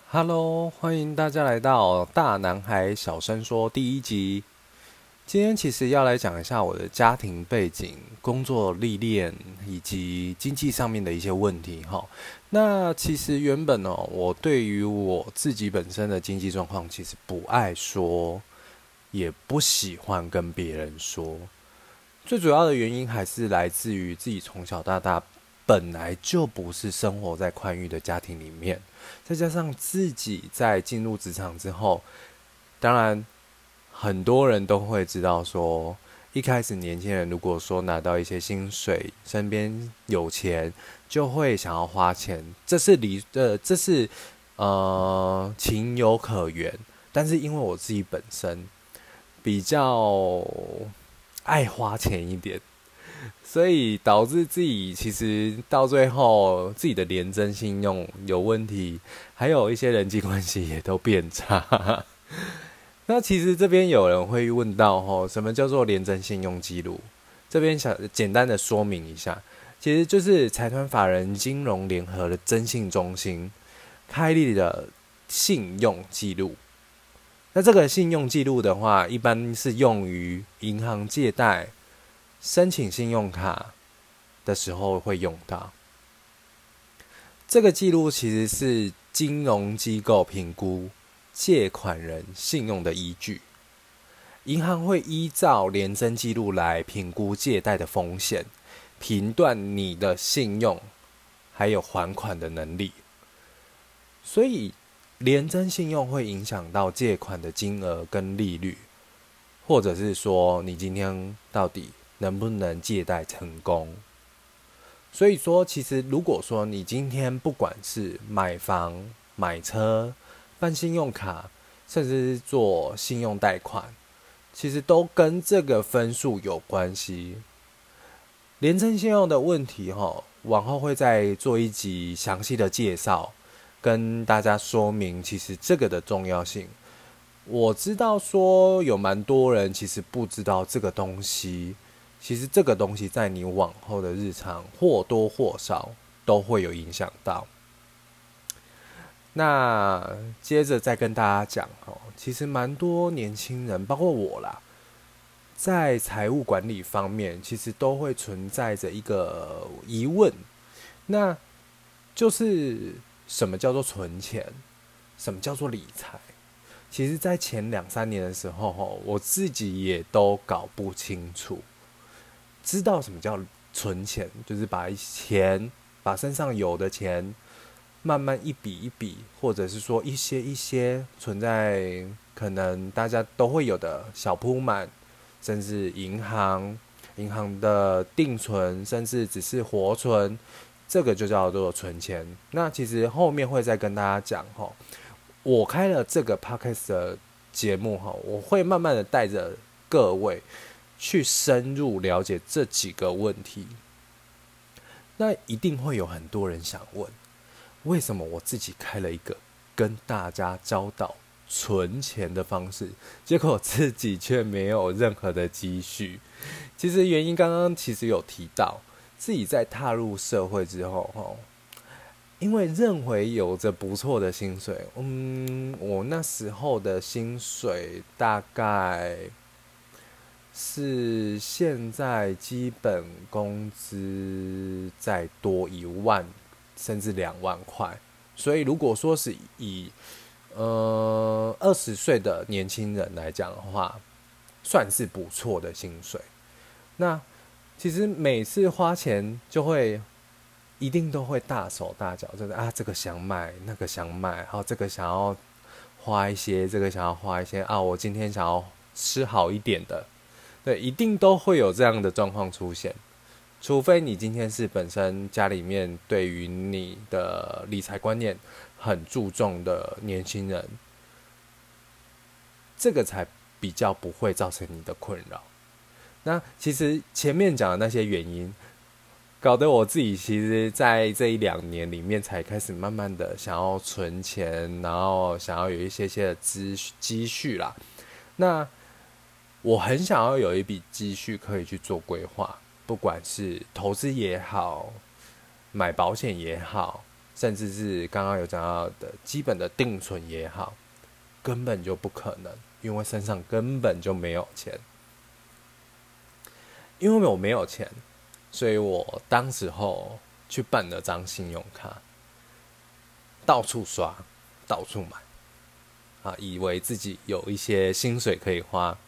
Hello，欢迎大家来到大男孩小声说第一集。今天其实要来讲一下我的家庭背景、工作历练以及经济上面的一些问题哈。那其实原本我对于我自己本身的经济状况其实不爱说，也不喜欢跟别人说。最主要的原因还是来自于自己从小到大本来就不是生活在宽裕的家庭里面，再加上自己在进入职场之后，当然很多人都会知道说，一开始年轻人如果说拿到一些薪水，身边有钱，就会想要花钱，这是情有可原。但是因为我自己本身比较爱花钱一点，所以导致自己其实到最后自己的廉征信用有问题，还有一些人际关系也都变差。那其实这边有人会问到什么叫做廉征信用记录？这边想简单的说明一下，其实就是财团法人金融联合的征信中心开立的信用记录。那这个信用记录的话，一般是用于银行借贷、申请信用卡的时候会用到。这个记录其实是金融机构评估借款人信用的依据。银行会依照联征记录来评估借贷的风险，评断你的信用还有还款的能力。所以联征信用会影响到借款的金额跟利率，或者是说你今天到底能不能借贷成功。所以说其实如果说你今天不管是买房、买车、办信用卡，甚至是做信用贷款，其实都跟这个分数有关系。联征信用的问题往后会再做一集详细的介绍，跟大家说明其实这个的重要性。我知道说有蛮多人其实不知道这个东西，其实这个东西在你往后的日常或多或少都会有影响到。那接着再跟大家讲其实蛮多年轻人包括我啦，在财务管理方面其实都会存在着一个疑问，那就是什么叫做存钱，什么叫做理财。其实在前2-3年的时候我自己也都搞不清楚。知道什么叫存钱，就是把身上有的钱慢慢一笔一笔，或者是说一些存在可能大家都会有的小铺满，甚至银行的定存，甚至只是活存，这个就叫做存钱。那其实后面会再跟大家讲我开了这个 podcast 的节目我会慢慢的带着各位去深入了解这几个问题。那一定会有很多人想问，为什么我自己开了一个跟大家教导存钱的方式，结果自己却没有任何的积蓄？其实原因刚刚其实有提到，自己在踏入社会之后因为认为有着不错的薪水，我那时候的薪水大概是现在基本工资再多1万甚至2万块，所以如果说是以20岁的年轻人来讲的话，算是不错的薪水。那其实每次花钱就会一定都会大手大脚，就是这个想买，那个想买，这个想要花一些，这个想要花一些我今天想要吃好一点的，对，一定都会有这样的状况出现。除非你今天是本身家里面对于你的理财观念很注重的年轻人，这个才比较不会造成你的困扰。那其实前面讲的那些原因，搞得我自己其实在这1-2年里面才开始慢慢的想要存钱，然后想要有一些的积蓄啦。那我很想要有一笔积蓄可以去做规划，不管是投资也好，买保险也好， 甚至是刚刚有讲到的基本的定存也好，根本就不可能，因为身上根本就没有钱。因为我没有钱，所以我当时候去办了张信用卡，到处刷，到处买，以为自己有一些薪水可以花，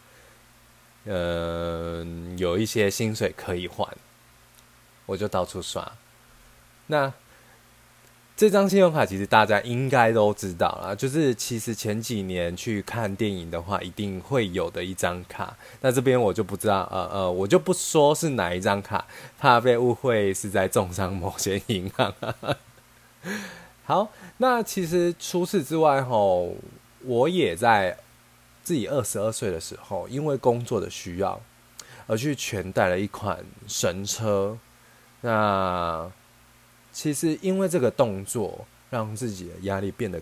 有一些薪水可以还，我就到处刷。那这张信用卡其实大家应该都知道啦，就是其实前几年去看电影的话，一定会有的一张卡。那这边我就不知道，我就不说是哪一张卡，怕被误会是在中商某些银行。好，那其实除此之外吼，我也在自己22岁的时候，因为工作的需要，而去全贷了一款神车。那其实因为这个动作，让自己的压力变得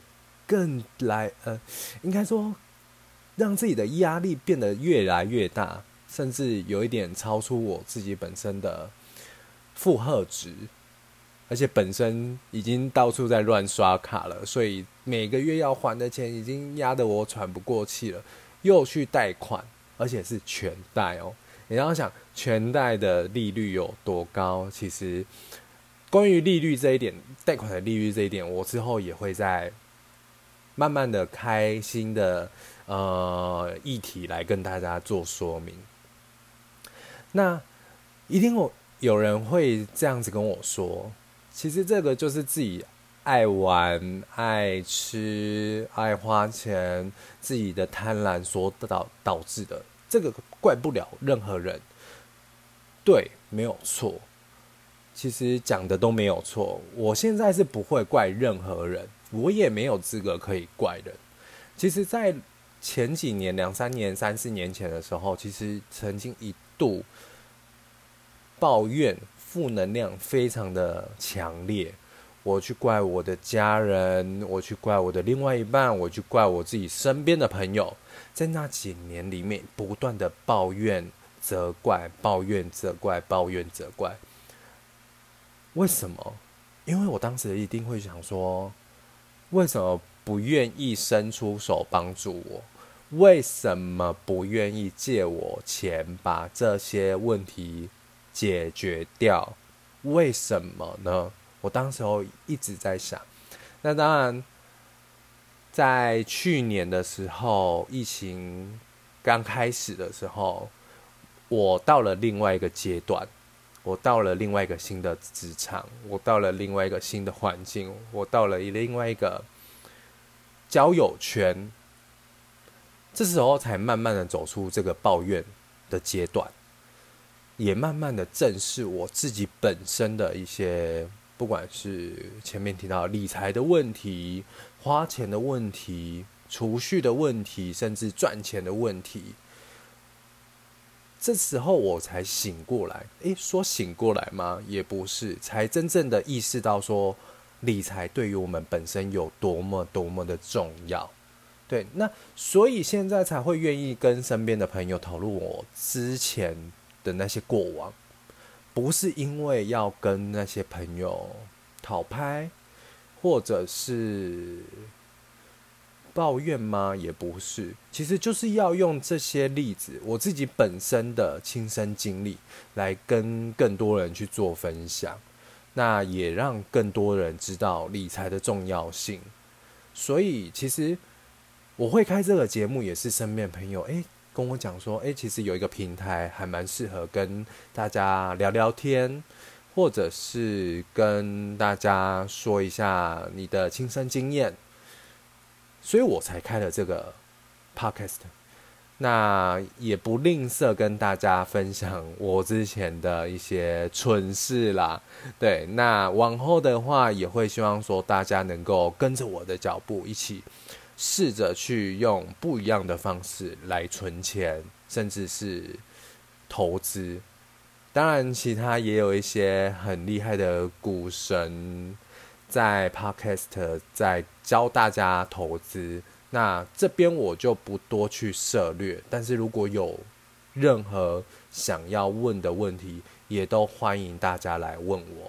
应该说让自己的压力变得越来越大，甚至有一点超出我自己本身的负荷值，而且本身已经到处在乱刷卡了，所以每个月要还的钱已经压得我喘不过气了，又去贷款，而且是全贷哦。你要想全贷的利率有多高，其实关于利率这一点，贷款的利率这一点，我之后也会再慢慢的开新的议题来跟大家做说明。那一定有人会这样子跟我说，其实这个就是自己爱玩、爱吃、爱花钱，自己的贪婪所导致的，这个怪不了任何人。对，没有错。其实讲的都没有错，我现在是不会怪任何人，我也没有资格可以怪人。其实在前几年2、3年、3、4年前的时候，其实曾经一度抱怨负能量非常的强烈，我去怪我的家人，我去怪我的另外一半，我去怪我自己身边的朋友，在那几年里面不断的抱怨、责怪、抱怨、责怪、抱怨、责怪。为什么？因为我当时一定会想说，为什么不愿意伸出手帮助我？为什么不愿意借我钱把这些问题解决掉？为什么呢？我当时候一直在想。那当然，在去年的时候，疫情刚开始的时候，我到了另外一个阶段。我到了另外一个新的职场，我到了另外一个新的环境，我到了另外一个交友圈，这时候才慢慢的走出这个抱怨的阶段，也慢慢的正视我自己本身的一些，不管是前面提到的理财的问题、花钱的问题、储蓄的问题，甚至赚钱的问题。这时候我才醒过来，说醒过来吗？也不是，才真正的意识到说，理财对于我们本身有多么多么的重要。对，那所以现在才会愿意跟身边的朋友讨论我之前的那些过往，不是因为要跟那些朋友讨拍，或者是抱怨吗？也不是，其实就是要用这些例子，我自己本身的亲身经历，来跟更多人去做分享，那也让更多人知道理财的重要性。所以其实我会开这个节目，也是身边朋友跟我讲说，其实有一个平台还蛮适合跟大家聊聊天，或者是跟大家说一下你的亲身经验。所以我才开了这个 podcast， 那也不吝啬跟大家分享我之前的一些蠢事啦。对，那往后的话也会希望说大家能够跟着我的脚步，一起试着去用不一样的方式来存钱，甚至是投资。当然其他也有一些很厉害的股神在 podcast 在教大家投资，那这边我就不多去涉略，但是如果有任何想要问的问题，也都欢迎大家来问我。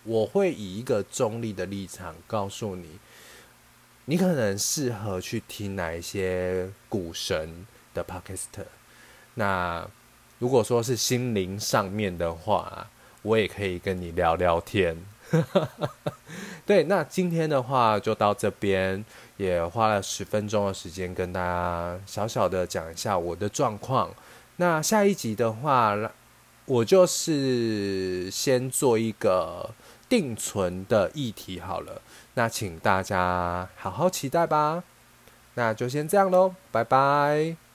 我会以一个中立的立场告诉你，你可能适合去听哪一些股神的 podcast。那如果说是心灵上面的话，我也可以跟你聊聊天。对，那今天的话就到这边，也花了10分钟的时间跟大家小小的讲一下我的状况。那下一集的话，我就是先做一个定存的议题好了，那请大家好好期待吧。那就先这样咯，拜拜。